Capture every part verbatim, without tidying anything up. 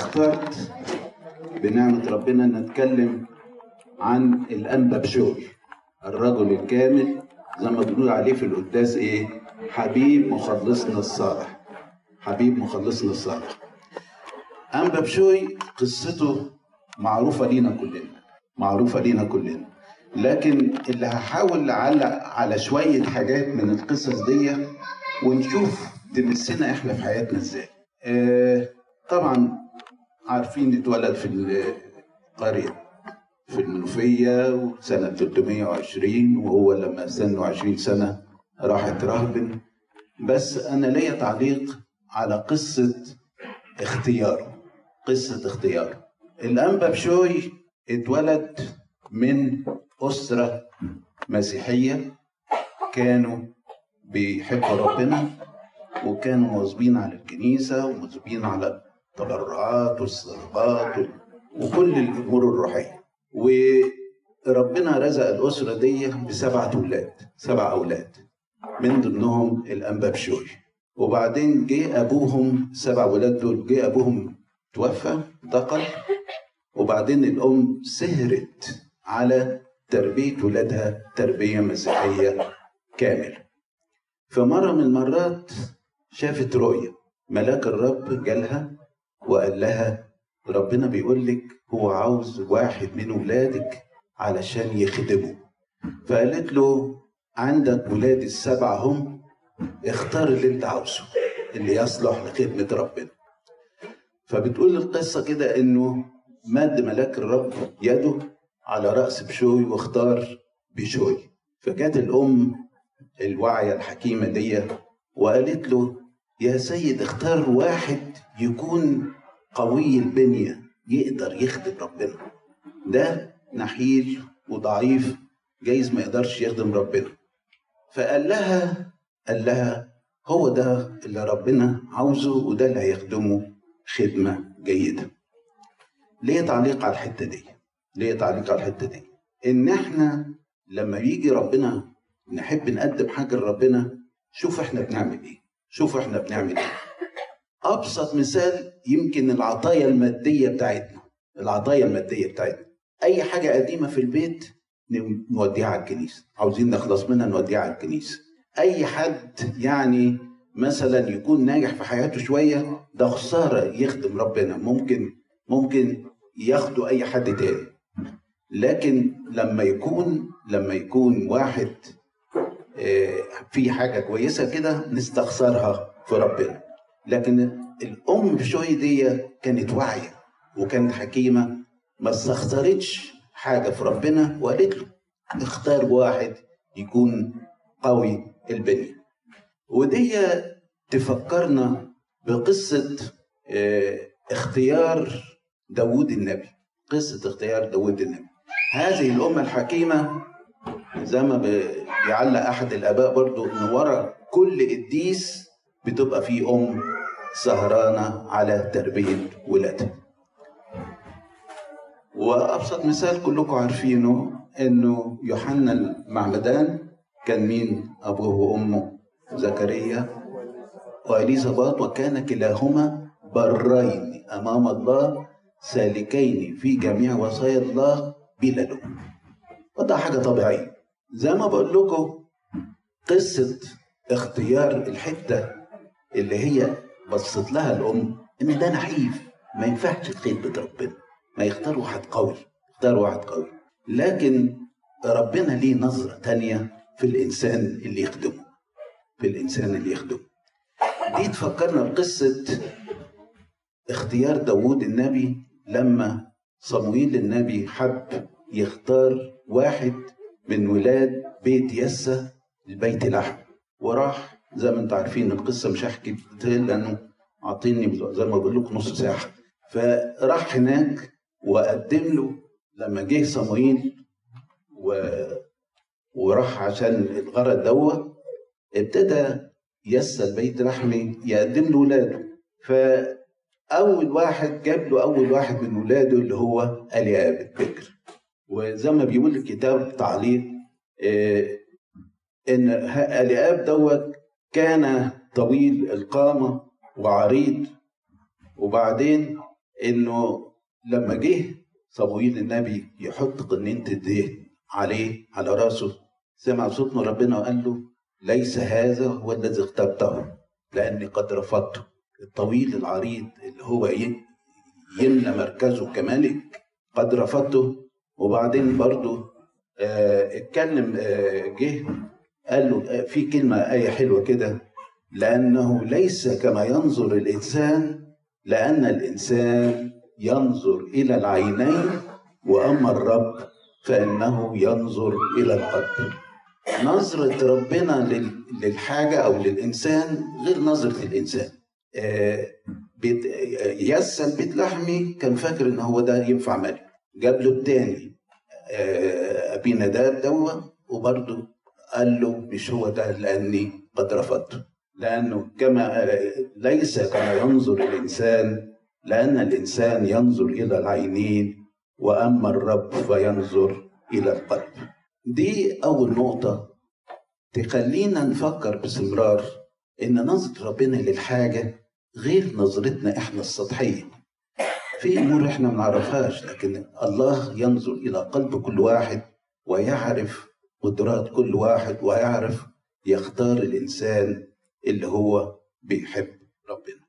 اخترت بنعمة ربنا نتكلم عن الأنبا بشوي، الرجل الكامل زي ما بنقول عليه في القداس ايه؟ حبيب مخلصنا الصالح. حبيب مخلصنا الصالح. أنبا بشوي قصته معروفة لينا كلنا، معروفة لينا كلنا، لكن اللي هحاول أعلق على شوية حاجات من القصص دي ونشوف تمسنا احنا في حياتنا ازاي. آه طبعا عارفين اتولد في القرية في المنوفية سنة ثلاثمائة وعشرين، وهو لما سنه عشرين سنة راحت رهبن. بس أنا ليا تعليق على قصة اختياره. قصة اختياره الأنبا بشوي اتولد من أسرة مسيحية، كانوا بيحبوا ربنا وكانوا مواظبين على الكنيسة ومواظبين على التبرعات والصدقات وكل الأمور الروحية. وربنا رزق الأسرة دي بسبعة أولاد، سبع أولاد من ضمنهم الأنبا بشوي. وبعدين جه أبوهم، سبع أولاد دول جه أبوهم توفى انتقل، وبعدين الأم سهرت على تربية ولادها تربية مسيحية كاملة. فمرة من المرات شافت رؤية، ملاك الرب جالها وقال لها ربنا بيقول لك هو عاوز واحد من ولادك علشان يخدمه. فقالت له عندك ولاد السبعة هم، اختار اللي انت عاوزه اللي يصلح لخدمة ربنا. فبتقول القصة كده انه مد ملاك الرب يده على رأس بشوي واختار بشوي. فجات الأم الواعية الحكيمة دي وقالت له يا سيد اختار واحد يكون قوي البنية يقدر يخدم ربنا، ده نحيل وضعيف جايز ما يقدرش يخدم ربنا. فقال لها قال لها هو ده اللي ربنا عاوزه وده اللي هيخدمه خدمة جيدة. ليه تعليق على الحتة دي؟ ليه تعليق على الحتة دي؟ إن إحنا لما يجي ربنا نحب نقدم حاجة لربنا، شوف إحنا بنعمل إيه؟ شوف إحنا بنعمل إيه؟ أبسط مثال يمكن العطايا المادية بتاعتنا، العطايا المادية بتاعتنا. أي حاجة قديمة في البيت نوديها على الكنيسة، عاوزين نخلص منها نوديها على الكنيسة. أي حد يعني مثلا يكون ناجح في حياته شوية، ده خسارة يخدم ربنا، ممكن ممكن ياخده أي حد تاني. لكن لما يكون لما يكون واحد في حاجة كويسة كده نستخسرها في ربنا. لكن الأم بشوي دي كانت واعية وكانت حكيمة، ما استخسرتش حاجة في ربنا وقالت له اختار واحد يكون قوي البنية. ودي تفكرنا بقصة اختيار داود النبي. قصة اختيار داود النبي، هذه الأمة الحكيمة زي ما بيعلق أحد الآباء برضو إن ورا كل قديس بتبقى فيه أم سهرانة على تربية ولادها. وأبسط مثال كلكم عارفينه إنه يوحنا المعمدان كان مين أبوه وأمه؟ زكريا وإليصابات، وكان كلاهما برين أمام الله سالكين في جميع وصايا الله بلا لوم. وده حاجة طبيعية. زي ما بقول لكم قصة اختيار الحتة اللي هي بصت لها الأم إن ده نحيف ما ينفعش خدمة ربنا، ما يختار واحد قوي، يختار واحد قوي. لكن ربنا ليه نظرة تانية في الإنسان اللي يخدمه، في الإنسان اللي يخدمه. دي تفكرنا بقصة اختيار داود النبي لما صموئيل النبي حب يختار واحد من ولاد بيت يسى البيت لحم، وراح زي ما انتم عارفين القصة مش هحكي لأنه عطيني زي ما بقول لكم نص ساعة. فراح هناك وقدم له لما جه صموئيل و... وراح عشان الغرض دوت، ابتدى يسى البيت لحمي يقدم له ولاده. فأول واحد جاب له أول واحد من ولاده اللي هو ألياب البكر. وزي ما بيقول الكتاب تعليق إيه إن ألياب دوت كان طويل القامة وعريض، وبعدين انه لما جه صموئيل النبي يحط قنينة الدهن عليه على راسه، سمع صوت من ربنا وقال له ليس هذا هو الذي اخترته لاني قد رفضته. الطويل العريض اللي هو يملى مركزه كملك قد رفضته. وبعدين برضه آه اتكلم آه جه قال له آه في كلمة آية حلوة كده، لأنه ليس كما ينظر الإنسان، لأن الإنسان ينظر إلى العينين وأما الرب فإنه ينظر إلى القلب. نظرة ربنا للحاجة أو للإنسان غير نظرة الإنسان. آه بيت يسل بيت لحمي كان فاكر إن هو ده ينفع ملك، جاب له التاني آه أبي نداب دوه وبرضه قال له مش هو ده لأني قد رفضته. لأنه كما ليس كما ينظر الإنسان، لأن الإنسان ينظر إلى العينين وأما الرب فينظر إلى القلب. دي أول نقطة تخلينا نفكر باستمرار إن نظرة ربنا للحاجة غير نظرتنا إحنا السطحية. في أمور إحنا ما نعرفهاش، لكن الله ينظر إلى قلب كل واحد ويعرف قدرات كل واحد ويعرف يختار الإنسان اللي هو بيحب ربنا.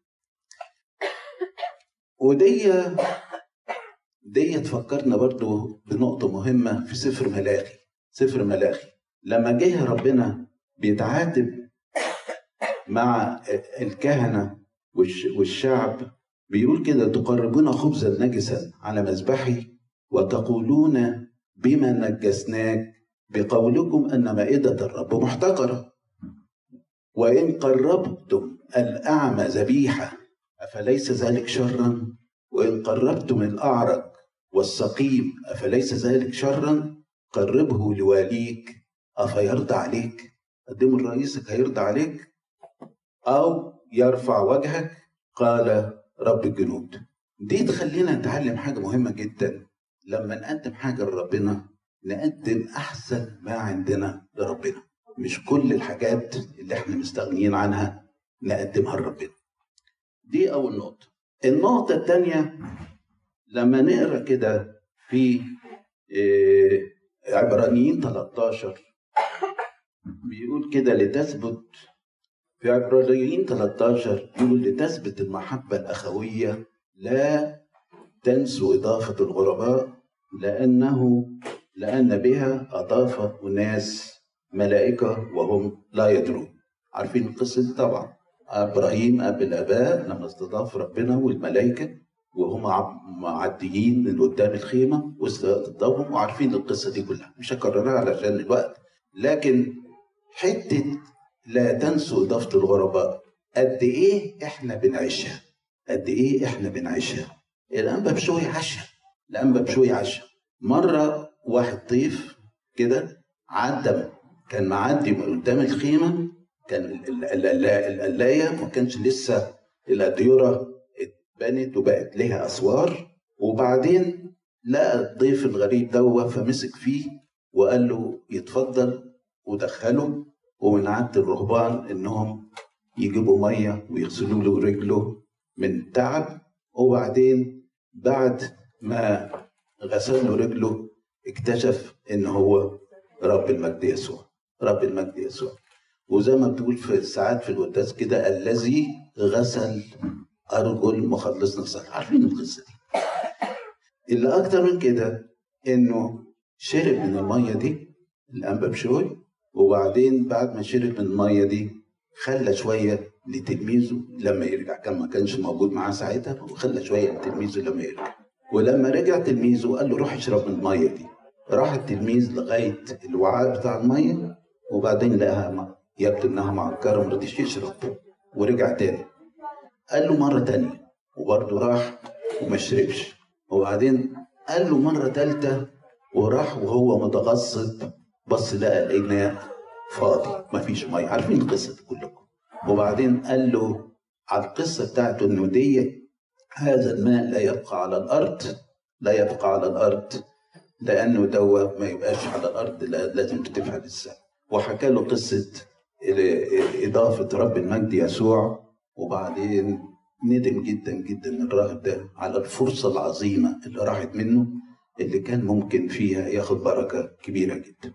ودي دي تفكرنا برضو بنقطة مهمة في سفر ملاخي. سفر ملاخي لما جه ربنا بيتعاتب مع الكهنة والشعب بيقول كده تقربون خبزا نجسا على مذبحي وتقولون بما نجسناك بقولكم أن مائدة الرب محتقرة، وإن قربتم الأعمى ذبيحة أفليس ذلك شرا؟ وإن قربتم الأعرج والسقيم أفليس ذلك شرا؟ قربه لواليك أفيرضى عليك؟ قدمه لرئيسك هيرضى عليك؟ أو يرفع وجهك؟ قال رب الجنود. دي تخلينا نتعلم حاجة مهمة جدا. لما نقدم حاجة لربنا نقدم أحسن ما عندنا لربنا، مش كل الحاجات اللي احنا مستغنيين عنها نقدمها لربنا. دي أول نقطة. النقطة الثانية لما نقرأ كده في عبرانيين ثلاثة عشر بيقول كده لتثبت في عبرانيين ثلاثة عشر يقول لتثبت المحبة الأخوية لا تنسوا إضافة الغرباء لأنه لأن بها أضاف أناس ملائكة وهم لا يدرون. عارفين القصة دي طبعا. إبراهيم أب الآباء لما استضاف ربنا والملائكة وهم معديين من قدام الخيمة واستضافهم، وعارفين القصة دي كلها مش هكررها علشان الوقت. لكن حتة لا تنسوا إضافة الغرباء قد إيه إحنا بنعيشها، قد إيه إحنا بنعيشها. الأنبا بشوي عاشها، الأنبا بشوي عاشها. مرة واحد ضيف كده عدى، كان معدي من قدام الخيمة، كان القلاية ما كانش لسه الأديرة اتبنت وبقت لها أسوار، وبعدين لقى الضيف الغريب ده فمسك فيه وقال له يتفضل ودخله. ومن عادة الرهبان إنهم يجيبوا مية ويغسلوا له رجله من تعب، وبعدين بعد ما غسل له رجله اكتشف إن هو رب المجد يسوع، رب المجد يسوع. وزي ما بتقول في ساعات في القداس كده الذي غسل أرجل مخلصنا الصالح. عارفين القصة دي. اللي أكتر من كده إنه شرب من المية دي الأنبا بشوي، وبعدين بعد ما شرب من المية دي خلى شوية لتلميذه لما يرجع، كان ما كانش موجود معاه ساعتها، وخلى شوية لتلميذه لما يرجع. ولما رجع تلميذه قال له روح اشرب من المية دي. راح التلميذ لغاية الوعاء بتاع المية وبعدين لقاها يبدو انها معكرة مرضيش يشرب، ورجع تاني. قال له مرة تانية وبرضه راح وما شربش، وبعدين قال له مرة تالتة وراح وهو متغصب بص لقى الإناء فاضي مفيش مية. عارفين القصة دي كلكم. وبعدين قال له على القصة بتاعته إنه دي هذا الماء لا يبقى على الأرض، لا يبقى على الأرض لأنه دوا ما يبقاش على الأرض، لازم ترتفع للسماء. وحكى له قصة إضافة رب المجد يسوع، وبعدين ندم جدا جدا الراهب ده على الفرصة العظيمة اللي راحت منه، اللي كان ممكن فيها ياخد بركة كبيرة جدا.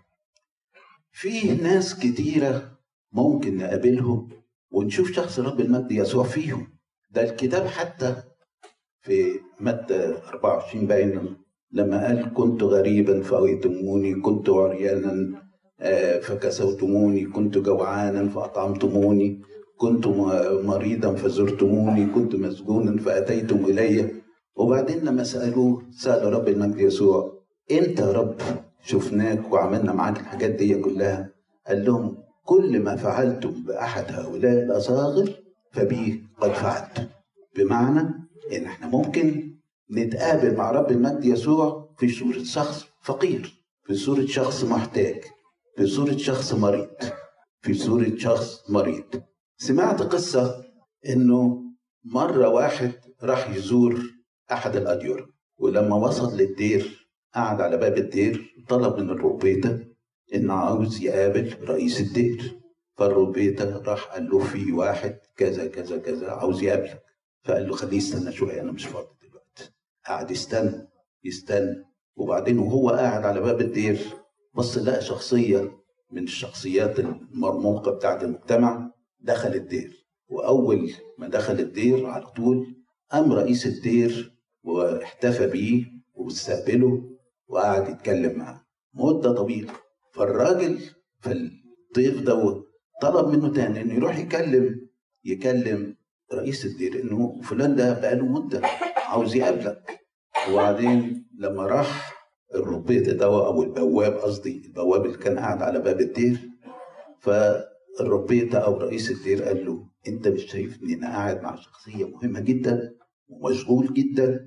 فيه ناس كتيرة ممكن نقابلهم ونشوف شخص رب المجد يسوع فيهم. ده الكتاب حتى في متى أربعة وعشرين باين لما قال كنت غريبا فأويتموني، كنت عريانا فكسوتموني، كنت جوعانا فأطعمتموني، كنت مريضا فزرتموني، كنت مسجونا فأتيتم إلي. وبعدين لما سألوه سألوا رب المجد يسوع أنت يا رب شفناك وعملنا معاك الحاجات دي كلها، قال لهم كل ما فعلتم بأحد هؤلاء الأصاغر فبيه قد فعلت. بمعنى إن احنا ممكن نتقابل مع رب المجد يسوع في صورة شخص فقير، في صورة شخص محتاج، في صورة شخص مريض، في صورة شخص مريض. سمعت قصة إنه مرة واحد راح يزور أحد الأديرة، ولما وصل للدير قعد على باب الدير، طلب من الربيطة إنه عاوز يقابل رئيس الدير. فالربيطة راح قال له في واحد كذا كذا كذا عاوز يقابلك. فقال له خليه يستنى شوية أنا مش فاضي دلوقتي. قعد يستنى يستنى وبعدين وهو قاعد على باب الدير بص لقى شخصية من الشخصيات المرموقة بتاعت المجتمع دخل الدير. وأول ما دخل الدير على طول قام رئيس الدير واحتفى بيه واستقبله وقعد يتكلم معاه مدة طويلة. فالراجل فالضيف ده طلب منه تاني انه يروح يكلم يكلم رئيس الدير انه فلان ده بقاله مدة عاوز يقابلك. وبعدين لما راح الربيط ده او البواب قصدي البواب اللي كان قاعد على باب الدير، فالربيط او رئيس الدير قال له انت مش شايفني انا قاعد مع شخصية مهمة جدا ومشغول جدا؟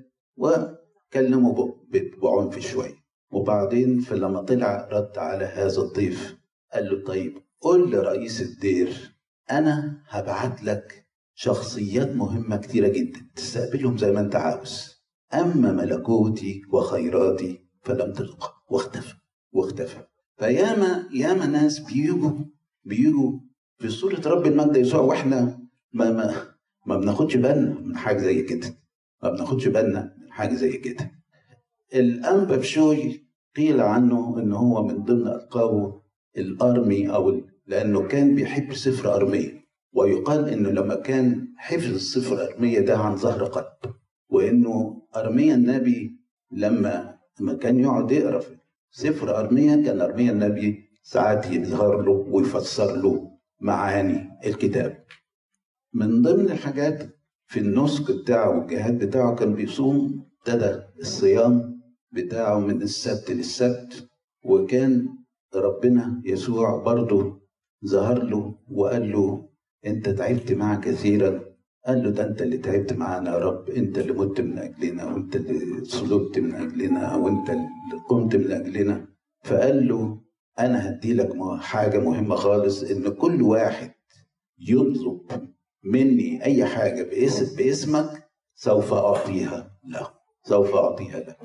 وكلمه بعنف شوية. وبعدين فلما طلع رد على هذا الضيف قال له طيب قل لرئيس الدير انا هبعت لك شخصيات مهمة كتيرة جدا تستقبلهم زي ما انت عاوز، اما ملكوتي وخيراتي فلم تلقى. واختفى واختفى. فياما ياما ناس بيجوا بيجوا في صورة رب المجد يسوع واحنا ما ما ما بناخدش بالنا من حاجة زي كده، ما بناخدش بالنا من حاجة زي كده. الأنبا بشوي قيل عنه إن هو من ضمن ألقابه الأرمي، أو لأنه كان بيحب سفر أرمية، ويقال إنه لما كان حفظ السفر أرمية ده عن ظهر قلب، وإنه أرميا النبي لما ما كان يقعد يقرأ في سفر أرمية كان أرميا النبي ساعات يظهر له ويفسر له معاني الكتاب. من ضمن الحاجات في النسك بتاعه والجهاد بتاعه كان بيصوم، ابتدى الصيام بتاعه من السبت للسبت، وكان ربنا يسوع برضه ظهر له وقال له انت تعبت معه كثيرا. قال له ده انت اللي تعبت معانا يا رب، انت اللي مت من اجلنا وانت اللي صلبت من اجلنا وانت اللي قمت من اجلنا. فقال له انا هدي لك حاجه مهمه خالص، ان كل واحد يطلب مني اي حاجه باسم باسمك سوف اعطيها له، سوف اعطيها له.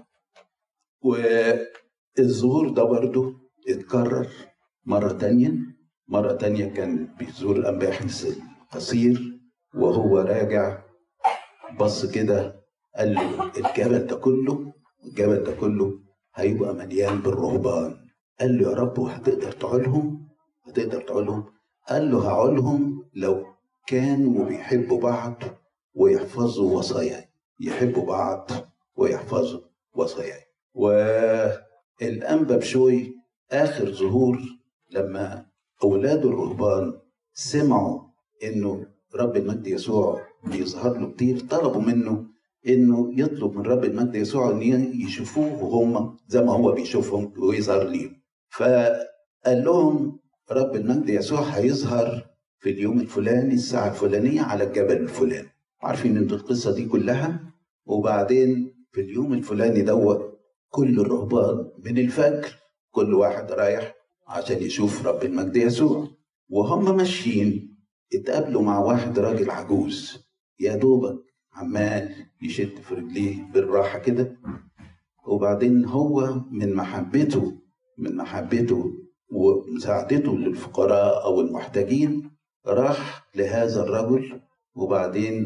والظهور ده برضه اتكرر مره تانية مره تانية كان بيزور الانبا يحنس القصير وهو راجع بص كده قال له الجبل ده كله الجبل ده كله هيبقى مليان بالرهبان. قال له يا رب هتقدر تعولهم؟ هتقدر تعولهم؟ قال له هعولهم لو كانوا بيحبوا بعض ويحفظوا وصاياي، يحبوا بعض ويحفظوا وصاياي. والأنبا بشوي آخر ظهور لما أولاد الرهبان سمعوا إنه رب المجد يسوع بيظهر له كتير، طلبوا منه إنه يطلب من رب المجد يسوع إن يشوفوه وهم زي ما هو بيشوفهم ويظهر ليهم. فقال لهم رب المجد يسوع هيظهر في اليوم الفلاني الساعة الفلانية على الجبل الفلاني. عارفين إن القصة دي كلها. وبعدين في اليوم الفلاني دوت كل الرهبان من الفجر كل واحد رايح عشان يشوف رب المجد يسوع. وهم ماشيين اتقابلوا مع واحد راجل عجوز يا دوبك عمال يشد في رجليه بالراحة كده. وبعدين هو من محبته من محبته ومساعدته للفقراء أو المحتاجين راح لهذا الرجل، وبعدين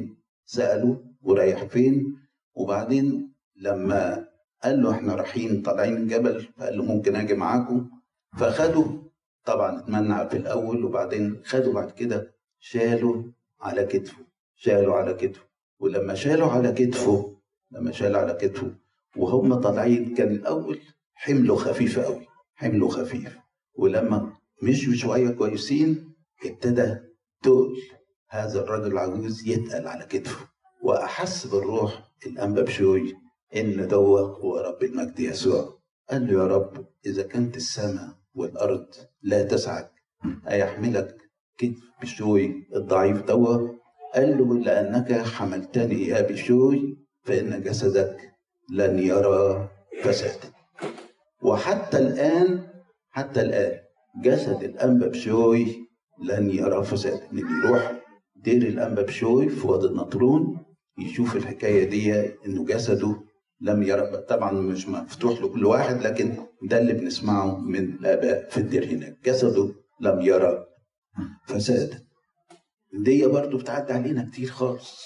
سأله ورايح فين، وبعدين لما قال له احنا رايحين طالعين الجبل فقال له ممكن اجي معاكم، فخده طبعا اتمنع في الاول، وبعدين خده بعد كده شاله على كتفه شاله على كتفه ولما شاله على كتفه لما شاله على كتفه وهم طالعين كان الاول حمله خفيف قوي حمله خفيف ولما مشوا شويه كويسين ابتدى تقل هذا الرجل العجوز يتقل على كتفه، واحس بالروح الانبا بشوي ان دوا هو رب المجد يسوع. قال له يا رب اذا كانت السماء والارض لا تسعك ايحملك كتف بشوي الضعيف دوا؟ قال له لانك حملتني يا بشوي فان جسدك لن يرى فسادا. وحتى الان حتى الان جسد الانبا بشوي لن يرى فسادا. اللي يروح دير الانبا بشوي في وادي النطرون يشوف الحكايه دي انه جسده لم يرى. طبعا مش مفتوح لكل واحد، لكن ده اللي بنسمعه من الاباء في الدير هناك، جسده لم يرى فسادا. دي برضو بتعدي علينا كتير خالص.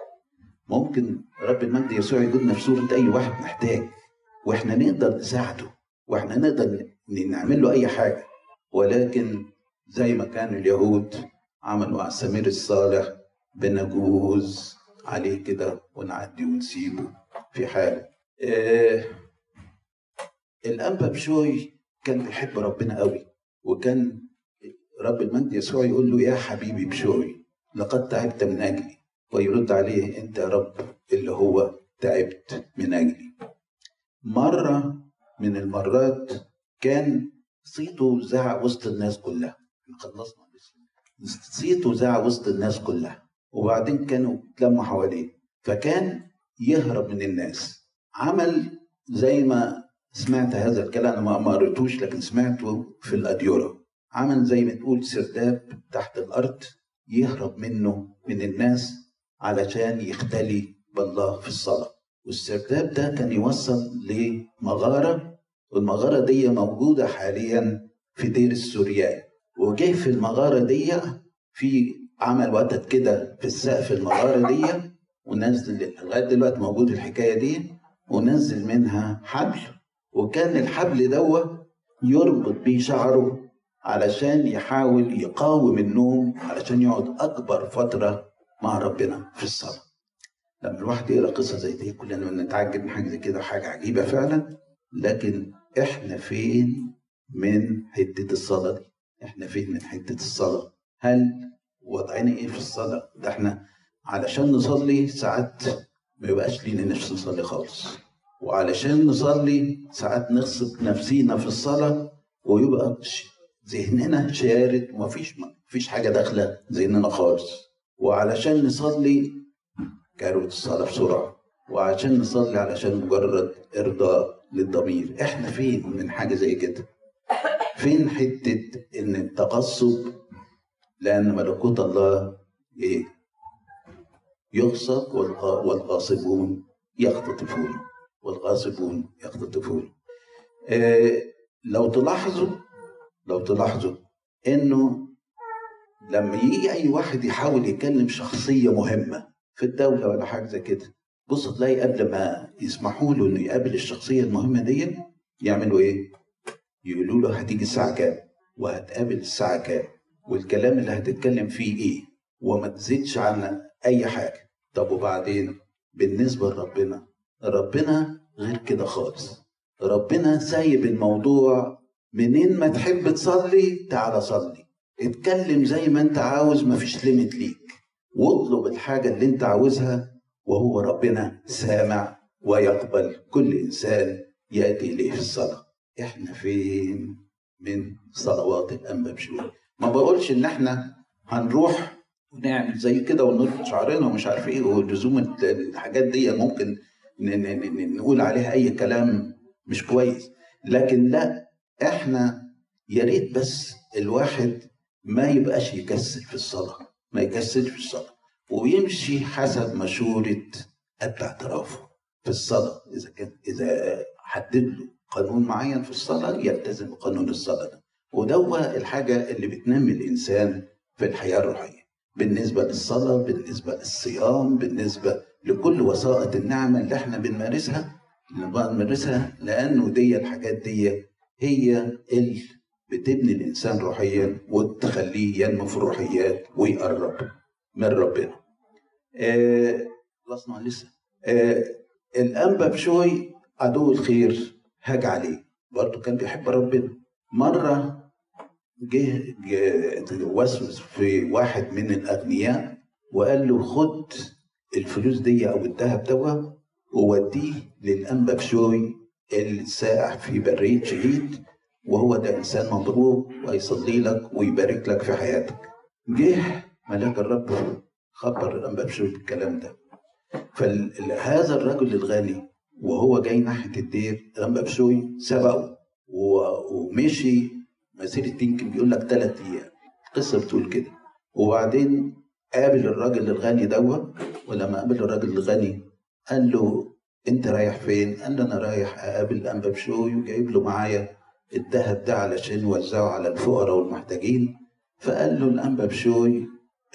ممكن رب المجد يسوع يجودنا في صورة اي واحد محتاج، واحنا نقدر نساعده، واحنا نقدر نعمل له اي حاجة، ولكن زي ما كان اليهود عملوا على السمير الصالح بنجوز عليه كده ونعدي ونسيبه في حاله. آه الأنبا بشوي كان بيحب ربنا قوي، وكان رب المجد يسوع يقول له يا حبيبي بشوي لقد تعبت من أجلي، ويرد عليه أنت يا رب اللي هو تعبت من أجلي. مرة من المرات كان صيته زعق وسط الناس كلها، خلصنا صيته زعق وسط الناس كلها، وبعدين كانوا يتلموا حواليه، فكان يهرب من الناس. عمل زي ما سمعت هذا الكلام، انا ما قريتوش لكن سمعته في الاديوره، عمل زي ما تقول سرداب تحت الارض يهرب منه من الناس علشان يختلي بالله في الصلاه. والسرداب ده كان يوصل لمغاره، والمغاره دي موجوده حاليا في دير السوريان. وجه في المغاره دي في عمل وتد كده في السقف المغاره دي، ونزل لغايه دلوقتي موجود الحكايه دي، ونزل منها حبل، وكان الحبل دوه يربط بيه شعره علشان يحاول يقاوم النوم، علشان يقعد اكبر فتره مع ربنا في الصلاه. لما الواحد يقرا قصه زي دي كلنا نتعجب من حاجه زي كده، حاجه عجيبه فعلا. لكن احنا فين من حته الصلاه دي؟ احنا فين من حته الصلاه؟ هل وضعنا ايه في الصلاه؟ ده احنا علشان نصلي ساعات ما يبقاش لينا نفس نصلي خالص، وعلشان نصلي ساعات نغصب نفسينا في الصلاه ويبقى ذهننا شارد ومفيش مفيش حاجه داخله ذهننا خالص، وعلشان نصلي كروت الصلاه بسرعه، وعشان نصلي علشان مجرد ارضاء للضمير. احنا فين من حاجه زي كده؟ فين حته ان التقصب؟ لان ملكوت الله ايه؟ يغصب والغاصبون يختطفون والغاصبون يختطفون. آه لو تلاحظوا لو تلاحظوا انه لما يجي اي واحد يحاول يكلم شخصيه مهمه في الدوله ولا حاجه زي كده، بص تلاقي قبل ما يسمحوا له انه يقابل الشخصيه المهمه دي يعملوا ايه؟ يقولوا له هتيجي الساعه كام، وهتقابل الساعه كام، والكلام اللي هتتكلم فيه ايه، وما تزيدش عن اي حاجه. طب وبعدين بالنسبه لربنا، ربنا غير كده خالص. ربنا سايب الموضوع، منين ما تحب تصلي تعالى صلي، اتكلم زي ما انت عاوز، مفيش ليميت ليك، واطلب الحاجه اللي انت عاوزها، وهو ربنا سامع ويقبل كل انسان ياتي اليه في الصلاه. احنا فين من صلوات الانبا بشوي؟ ما بقولش ان احنا هنروح ونعمل زي كده ونربط شعرنا ومش عارف ايه، ولزوم الحاجات دي ممكن نقول عليها اي كلام مش كويس، لكن لا، احنا يا ريت بس الواحد ما يبقاش يكسل في الصلاه، ما يكسلش في الصلاه، ويمشي حسب مشوره قد اعترافه في الصلاه. اذا كان اذا حدد له قانون معين في الصلاه يلتزم بقانون الصلاه ده، ودوه الحاجه اللي بتنمي الانسان في الحياه الروحيه. بالنسبة للصلاة، بالنسبة للصيام، بالنسبة لكل وسائط النعمة اللي احنا بنمارسها اللي بنمارسها لأنه دي الحاجات دي هي اللي بتبني الإنسان روحيا وتخليه ينمو في الروحيات ويقرب من ربنا. خلصنا آه لسه. آه الأنبا بشوي عدو الخير هاج عليه، برضه كان بيحب ربنا. مرة جه وسوس في واحد من الأغنياء وقال له خد الفلوس دي أو الذهب دوا ووديه للأنبا بشوي السائح في برية شهيد، وهو ده إنسان مبروك ويصلي لك ويبارك لك في حياتك. جه ملاك الرب خبر الأنبا بشوي بالكلام ده. فهذا الرجل الغني وهو جاي ناحية الدير الأنبا بشوي سبقه ومشي مسيرة يمكن بيقول لك ثلاث أيام، القصة بتقول كده. وبعدين قابل الراجل الغني دوت، ولما قابل الراجل الغني قال له أنت رايح فين؟ قال له أنا رايح أقابل الأنبا بشوي وجايب له معايا الذهب ده علشان يوزعه على الفقراء والمحتاجين. فقال له الأنبا بشوي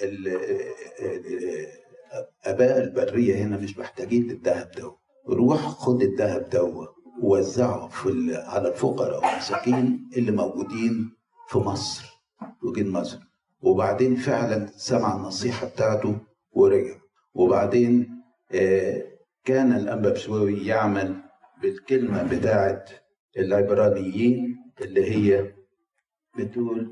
أباء البرية هنا مش محتاجين للذهب ده، روح خد الذهب ده ووزعه في على الفقراء والمساكين اللي موجودين في مصر وجين مصر. وبعدين فعلا سمع النصيحة بتاعته ورجع. وبعدين آه كان الأنبا بشوي يعمل بالكلمة بتاعت العبرانيين اللي هي بتقول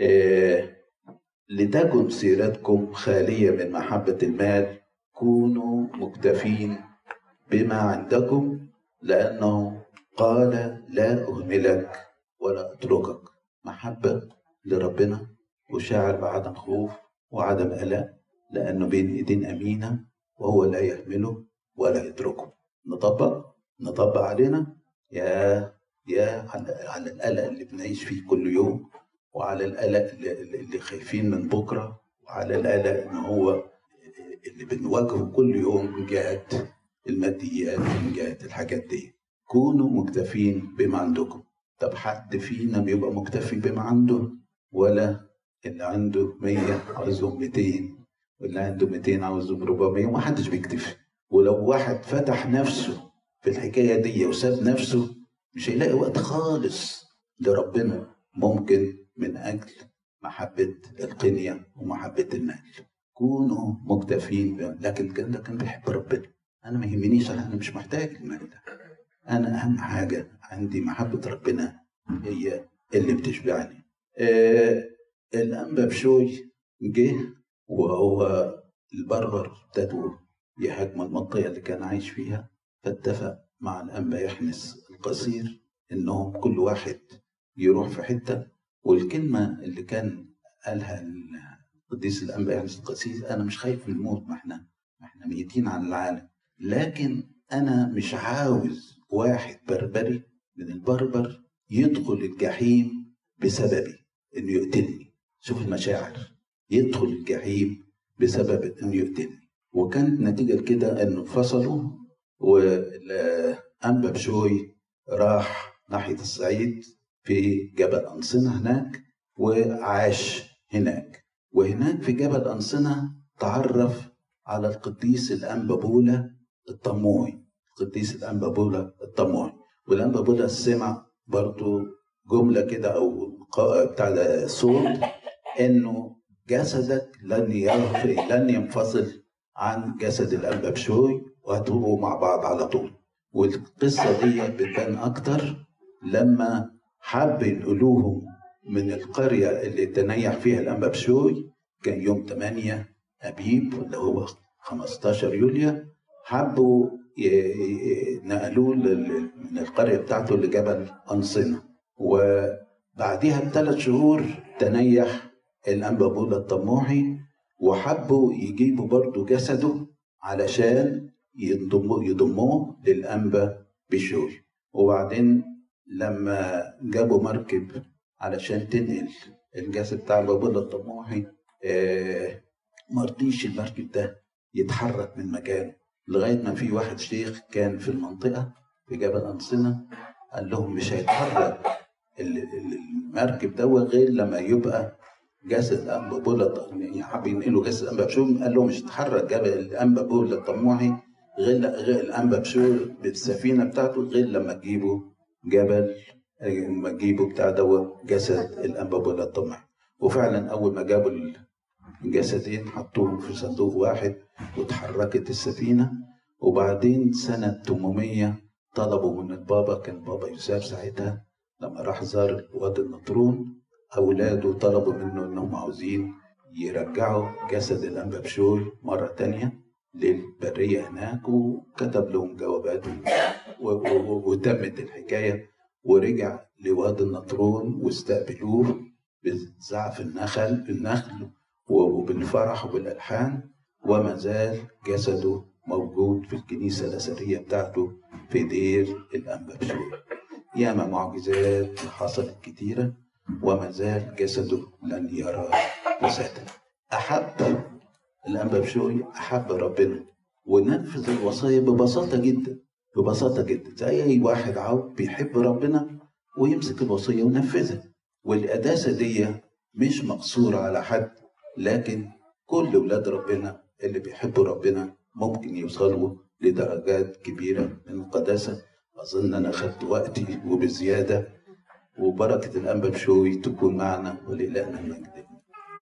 آه لتكن سيرتكم خالية من محبة المال، كونوا مكتفين بما عندكم، لأنه قال لا أهملك ولا أتركك. محبة لربنا وشاعر بعدم خوف وعدم قلق، لأنه بين إيدين أمينة وهو لا يهمله ولا يتركه. نطبق نطبق علينا يا يا على, على القلق اللي بنعيش فيه كل يوم، وعلى القلق اللي خايفين من بكرة، وعلى القلق إن هو اللي بنواجهه كل يوم من جهة الماديات ومن جهة الحاجات دي. كونوا مكتفين بما عندكم. طب حد فينا بيبقى مكتفي بما عنده؟ ولا اللي عنده مية عاوزهم ميتين، واللي عنده ميتين عاوزهم ربعمية، ومحدش بيكتفي. ولو واحد فتح نفسه في الحكاية دي وساب نفسه مش هيلاقي وقت خالص لربنا، ممكن من أجل محبة القنية ومحبة المال. كونوا مكتفين ب... لكن كان ده كان بيحب ربنا. أنا ما يهمنيش، أنا مش محتاج المال ده، أنا أهم حاجة عندي محبة ربنا هي اللي بتشبعني. آه الأنبا بشوي جه وهو البربر ابتدوا يهاجموا المنطقة اللي كان عايش فيها، فاتفق مع الأنبا يحنس القصير إنهم كل واحد يروح في حتة. والكلمة اللي كان قالها القديس الأنبا يحنس القصير: أنا مش خايف من الموت، ما إحنا ما إحنا ميتين على العالم، لكن أنا مش عاوز واحد بربري من البربر يدخل الجحيم بسببي إنه يقتلني. شوف المشاعر، يدخل الجحيم بسبب إنه يقتلني. وكانت نتيجة كده إنه انفصلوا، والأنبا بشوي راح ناحية الصعيد في جبل أنصنة هناك وعاش هناك. وهناك في جبل أنصنة تعرف على القديس الأنبا بولا الطموعي. القديس الأنبا بولا الطموعي والأنبا بولا سمع برضو جملة كده أو بتاع صوت إنه جسدك لن يغفر لن ينفصل عن جسد الأنبا بشوي وهتبقوا مع بعض على طول. والقصة دي بتبان أكتر لما حب ينقلوهم من القرية اللي تنيح فيها الأنبا بشوي، كان يوم ثمانية أبيب اللي هو خمستاشر يوليو، حبوا نقلوه من القرية بتاعته لجبل أنصنة. وبعدها بثلاث شهور تنيح الأنبا بولا الطموحي، وحبوا يجيبوا برضو جسده علشان يضموه يضموه للأنبا بشوي. وبعدين لما جابوا مركب علشان تنقل الجسد بتاع الأنبا بولا الطموحي، آه مرضيش المركب ده يتحرك من مكانه، لغاية ما في واحد شيخ كان في المنطقة في جبل أنصنة قال لهم مش هيتحرك المركب ده غير لما يبقى جسد الأنبا بولا، يعني حب ينقلوا جسد الأنبا بشوي، قال له مش هتحرك جبل الأنبا بولا الطموحي غير غير الأنبا بشوي بالسفينة بتاعته غير لما تجيبوا جبل، لما تجيبوا بتاع دوت جسد الأنبا بولا الطموحي. وفعلا أول ما جابوا الجسدين حطوهم في صندوق واحد وتحركت السفينة. وبعدين سنة ثمانمائة طلبوا من البابا، كان بابا يوسف ساعتها لما راح زار وادي النطرون، أولاده طلبوا منه إنهم عاوزين يرجعوا جسد الأنبا بشوي مرة تانية للبرية هناك، وكتب لهم جوابات وتمت الحكاية، ورجع لوادي النطرون واستقبلوه بزعف النخل النخل وبالفرح وبالألحان، وما زال جسده موجود في الكنيسة الأثرية بتاعته في دير الأنبا بشوي. ياما معجزات حصلت كتيرة وما زال جسده لن يرى فسادا. أحب الأنبا بشوي، أحب ربنا ونفذ الوصايا ببساطة جدا، ببساطة جدا زي أي واحد عاوز بيحب ربنا ويمسك الوصية ونفذها. والقداسة دي مش مقصورة على حد، لكن كل ولاد ربنا اللي بيحبوا ربنا ممكن يوصلوا لدرجات كبيرة من القداسة. أظن أنا أخذت وقتي وبزيادة، وبركة الأنبا بشوي تكون معنا ولإلهنا المجد.